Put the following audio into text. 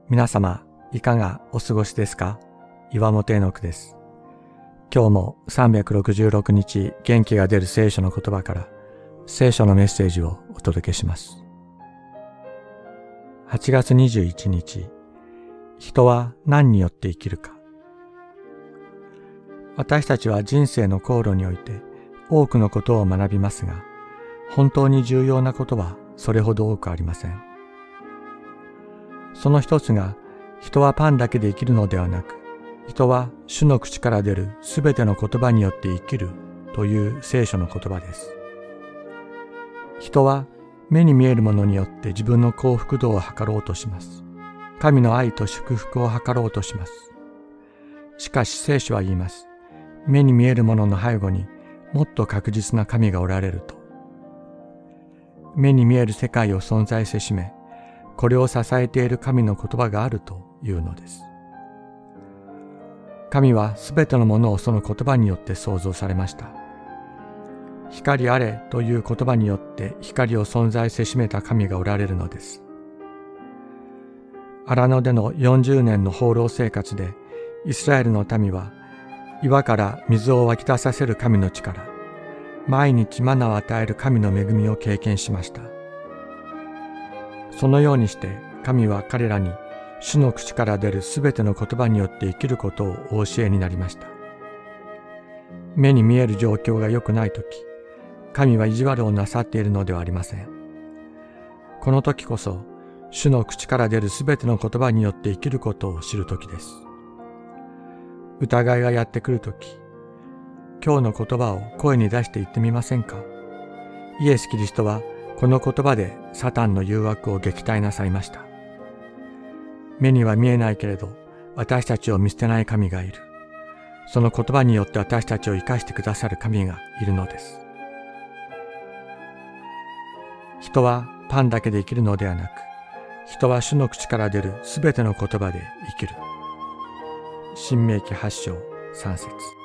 皆様、いかがお過ごしですか？岩本絵の句です。今日も366日元気が出る聖書の言葉から聖書のメッセージをお届けします。8月21日、人は何によって生きるか。私たちは人生の航路において多くのことを学びますが、本当に重要なことはそれほど多くありません。その一つが、人はパンだけで生きるのではなく、人は主の口から出るすべての言葉によって生きるという聖書の言葉です。人は目に見えるものによって自分の幸福度を測ろうとします。神の愛と祝福を測ろうとします。しかし聖書は言います。目に見えるものの背後にもっと確実な神がおられると。目に見える世界を存在せしめ、これを支えている神の言葉があるというのです。神はすべてのものをその言葉によって創造されました。光あれという言葉によって光を存在せしめた神がおられるのです。荒野での40年の放浪生活でイスラエルの民は岩から水を湧き出させる神の力、毎日マナを与える神の恵みを経験しました。そのようにして神は彼らに主の口から出るすべての言葉によって生きることをお教えになりました。目に見える状況が良くないとき、神は意地悪をなさっているのではありません。この時こそ主の口から出るすべての言葉によって生きることを知る時です。疑いがやってくるとき、今日の言葉を声に出して言ってみませんか？イエス・キリストはこの言葉でサタンの誘惑を撃退なさいました。目には見えないけれど私たちを見捨てない神がいる。その言葉によって私たちを生かしてくださる神がいるのです。人はパンだけで生きるのではなく、人は主の口から出るすべての言葉で生きる。申命記8章3節。